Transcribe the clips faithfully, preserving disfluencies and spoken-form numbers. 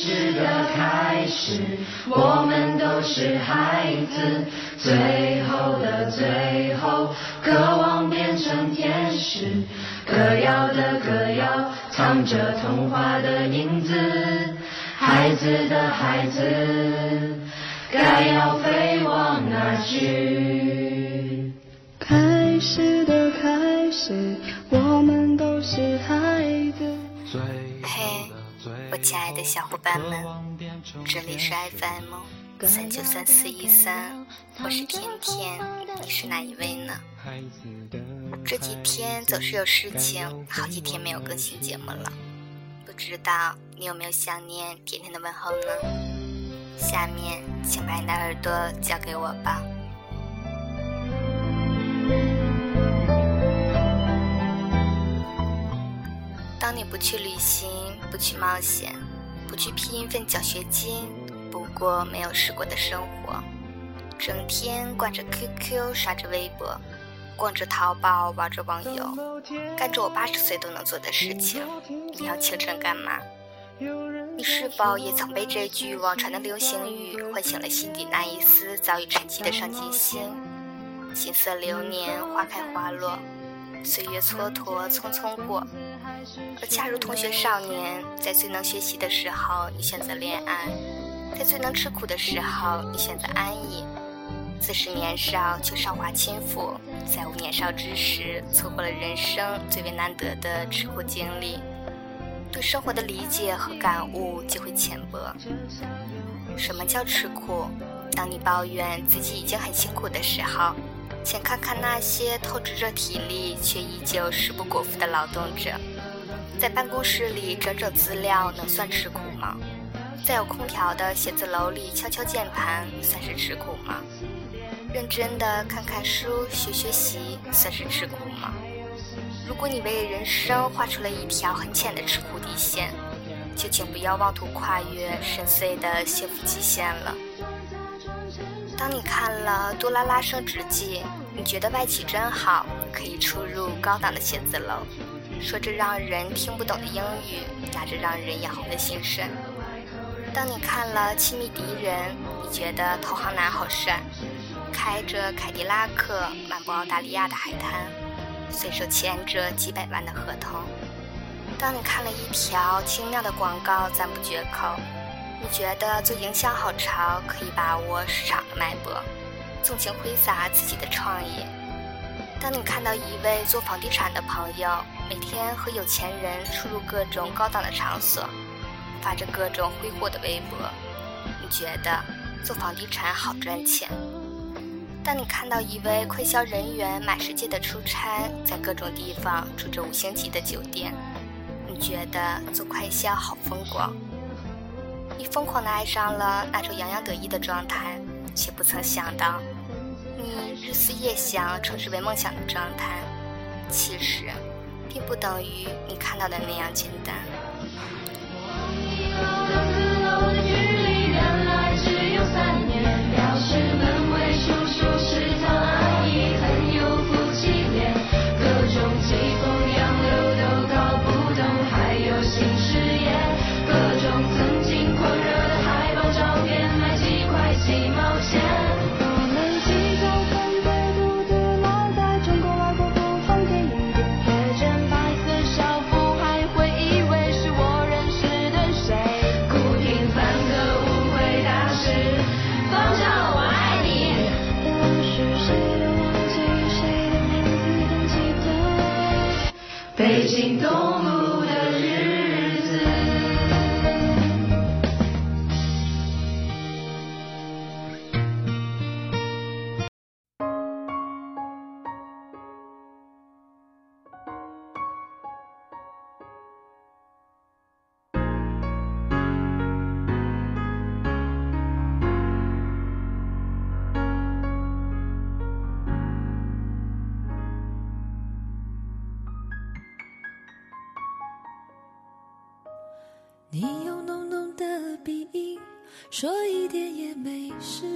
始的开始，我们都是孩子，最后的最后，渴望变成天使，歌谣的歌谣，藏着童话的影子，孩子的孩子，该要飞往哪去？ 开始的开始，我们都是孩子。 嘿，我亲爱的小伙伴们，这里是 F M 三九三四一三，我是甜甜，你是哪一位呢？这几天总是有事情，好几天没有更新节目了，不知道你有没有想念甜甜的问候呢？下面请把你的耳朵交给我吧。当你不去旅行，不去冒险，不去拼一份奖学金，不过没有试过的生活，整天挂着 Q Q 刷着微博，逛着淘宝玩着网游，干着我八十岁都能做的事情，你要清晨干嘛？你是否也曾被这句网传的流行语唤醒了心底那一丝早已沉寂的上进心？行色流年，花开花落，岁月蹉跎匆匆过，而恰如同学少年，在最能学习的时候你选择恋爱，在最能吃苦的时候你选择安逸，自恃年少却韶华倾覆，在无年少之时错过了人生最为难得的吃苦经历，对生活的理解和感悟就会浅薄。什么叫吃苦？当你抱怨自己已经很辛苦的时候，请看看那些透支着体力却依旧食不果腹的劳动者。在办公室里整整资料能算吃苦吗？在有空调的写字楼里敲敲键盘算是吃苦吗？认真的看看书学学习算是吃苦吗？如果你为人生画出了一条很浅的吃苦底线，就请不要妄图跨越深邃的幸福极限了。当你看了《杜拉拉升职记》，你觉得外企真好，可以出入高档的写字楼，说着让人听不懂的英语，拿着让人眼红的心声。当你看了《亲密敌人》，你觉得投行男好帅，开着凯迪拉克漫步澳大利亚的海滩，随手签着几百万的合同。当你看了一条精妙的广告赞不绝口，你觉得做营销好潮，可以把握市场的脉搏，纵情挥洒自己的创意。当你看到一位做房地产的朋友每天和有钱人出入各种高档的场所，发着各种挥霍的微博，你觉得做房地产好赚钱。当你看到一位快销人员满世界的出差，在各种地方住着五星级的酒店，你觉得做快销好风光。你疯狂地爱上了那种洋洋得意的状态，却不曾想到你日思夜想称之为梦想的状态，其实并不等于你看到的那样简单。 北京东路的日子。 你有浓浓的鼻音，说一点也没事，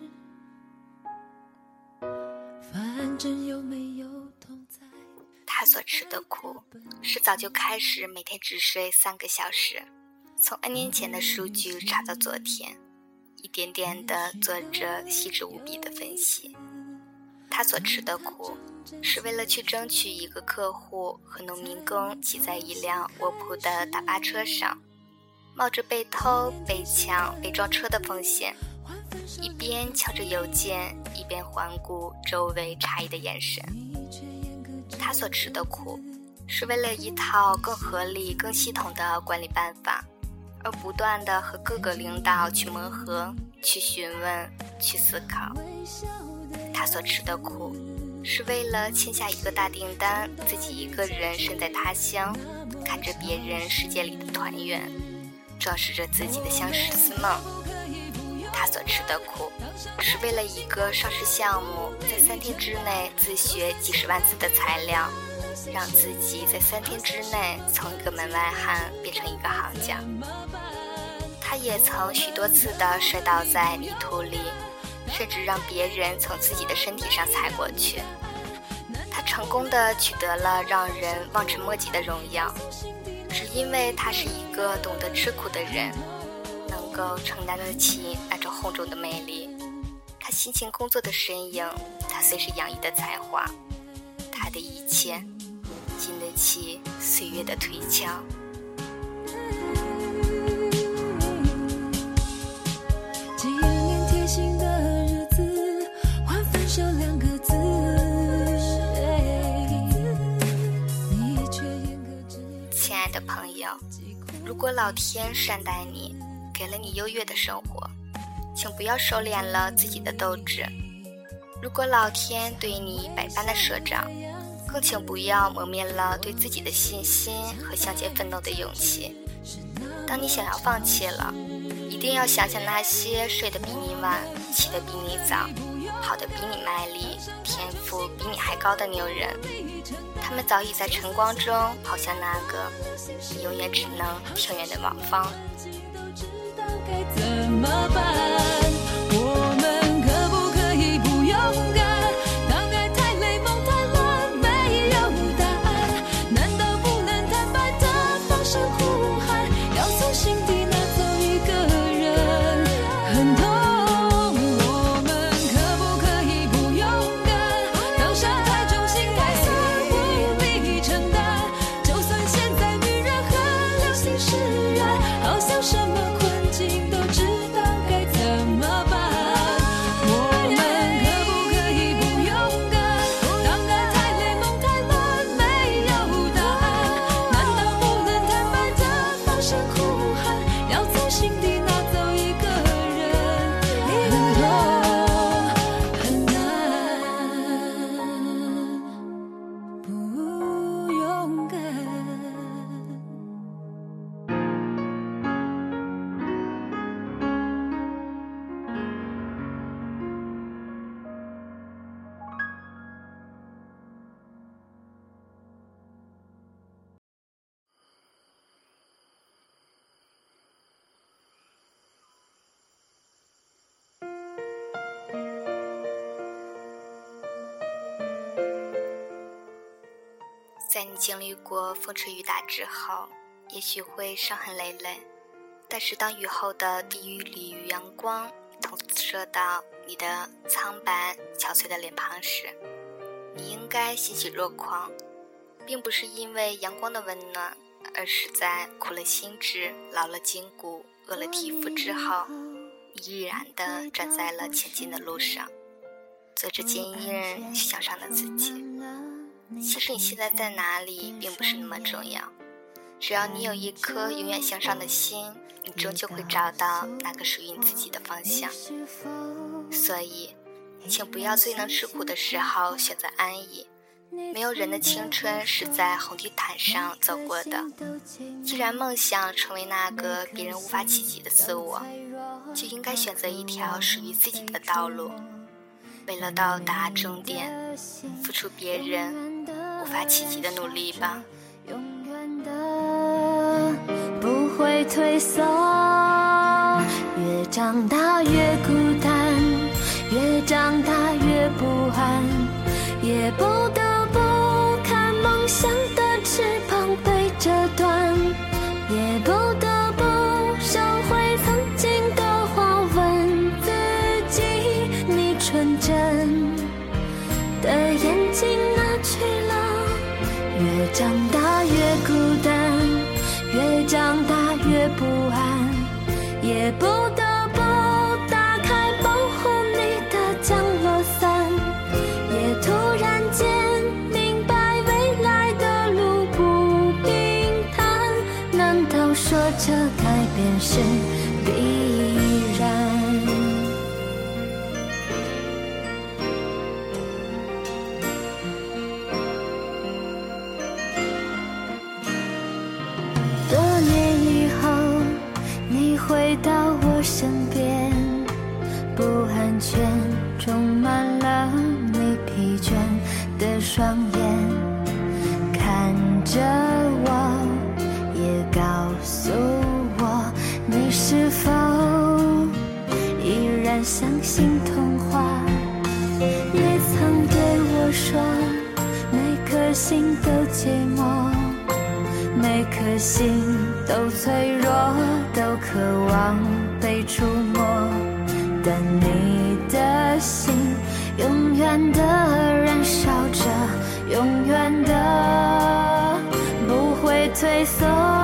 反正有没有同在。 他所吃的苦，是早就开始每天只睡三个小时， 从 N 年前的数据查到昨天，一点点地做着细致无比的分析。他所吃的苦，是为了去争取一个客户和农民工挤在一辆卧铺的大巴车上，冒着被偷、被抢、被撞车的风险，一边敲着邮件，一边环顾周围诧异的眼神。他所吃的苦，是为了一套更合理、更系统的管理办法，而不断地和各个领导去磨合、去询问、去思考。他所吃的苦，是为了签下一个大订单，自己一个人身在他乡，看着别人世界里的团圆，装饰着自己的相识似梦。他所吃的苦，是为了一个上市项目，在三天之内自学几十万字的材料，让自己在三天之内从一个门外汉变成一个行家。他也曾许多次地摔倒在泥土里，甚至让别人从自己的身体上踩过去。他成功地取得了让人望尘莫及的荣耀，只因为他是一个懂得吃苦的人，能够承担得起那种厚重的魅力。他辛勤工作的身影，他随时洋溢的才华，他的一切经得起岁月的推敲。亲爱的朋友，如果老天善待你，给了你优越的生活，请不要收敛了自己的斗志。如果老天对你百般的赊账，更请不要磨灭了对自己的信心和向前奋斗的勇气。当你想要放弃了，一定要想想那些睡得比你晚、起得比你早、跑得比你卖力、天赋比你还高的牛人，他们早已在晨光中跑向那个永远只能挺远的往方。 怎么办？我们可不可以不勇敢？当爱太累，梦太乱，没有答案。难道不能坦白的放声呼喊？要从心底拿走一个人，很痛。我们可不可以不勇敢？当伤太重，心太酸，无力承担。就算现在女人很流行释然，好像什么困境都知道该怎么办。我们可不可以不勇敢？当爱太累，梦太乱，没有答案。难道不能坦白的放声呼喊？要从心底拿走一个人，很痛很难，不勇敢。 在你经历过风吹雨打之后，也许会伤痕累累，但是当雨后的地狱里与阳光投射到你的苍白憔悴的脸庞时，你应该欣喜若狂，并不是因为阳光的温暖，而是在苦了心智、劳了筋骨、饿了体肤之后，你毅然地站在了前进的路上，做着坚韧向上的自己。其实你现在在哪里并不是那么重要，只要你有一颗永远向上的心，你终究会找到那个属于你自己的方向。所以请不要最能吃苦的时候选择安逸，没有人的青春是在红地毯上走过的。既然梦想成为那个别人无法企及的自我，就应该选择一条属于自己的道路，为了到达终点，付出别人无法企及的努力吧。 永远的不会退缩，越长大越孤单，越长大越不安，也不得不看梦想的翅膀被折断，也不得不也不得不打开保护你的降落伞，也突然间明白未来的路不平坦，难道说这改变是必然？多年以后你回到我身边，不安全充满了你疲倦的双眼，看着我也告诉我，你是否依然相信童话？你曾对我说，每颗心都寂寞，每颗心都脆弱，都渴望被触摸，但你的心永远的燃烧着，永远的不会退缩。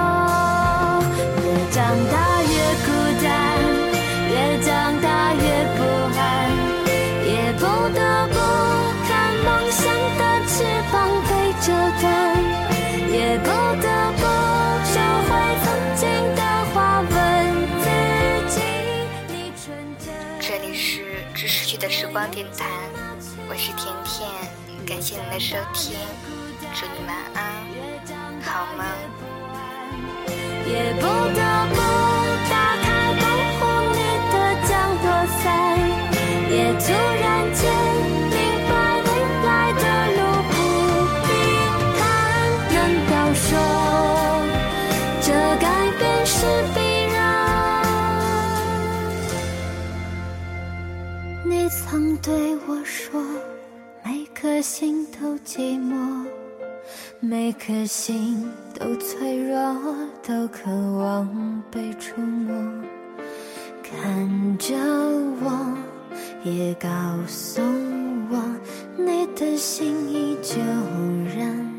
越长大越孤单，越长大越不安，也不得不看梦想的翅膀被折断，也不得不收回曾经的话，问自己你纯真。 这里是知识区的时光电台，我是甜甜，感谢您的收听，祝你晚安，好吗？ 也不得不打开保护你的降落伞，也突然间明白未来的路不平坦，难道说这改变是必然？你曾对我说，每颗心都寂寞，每颗心都脆弱，都渴望被触摸，看着我也告诉我，你的心依旧燃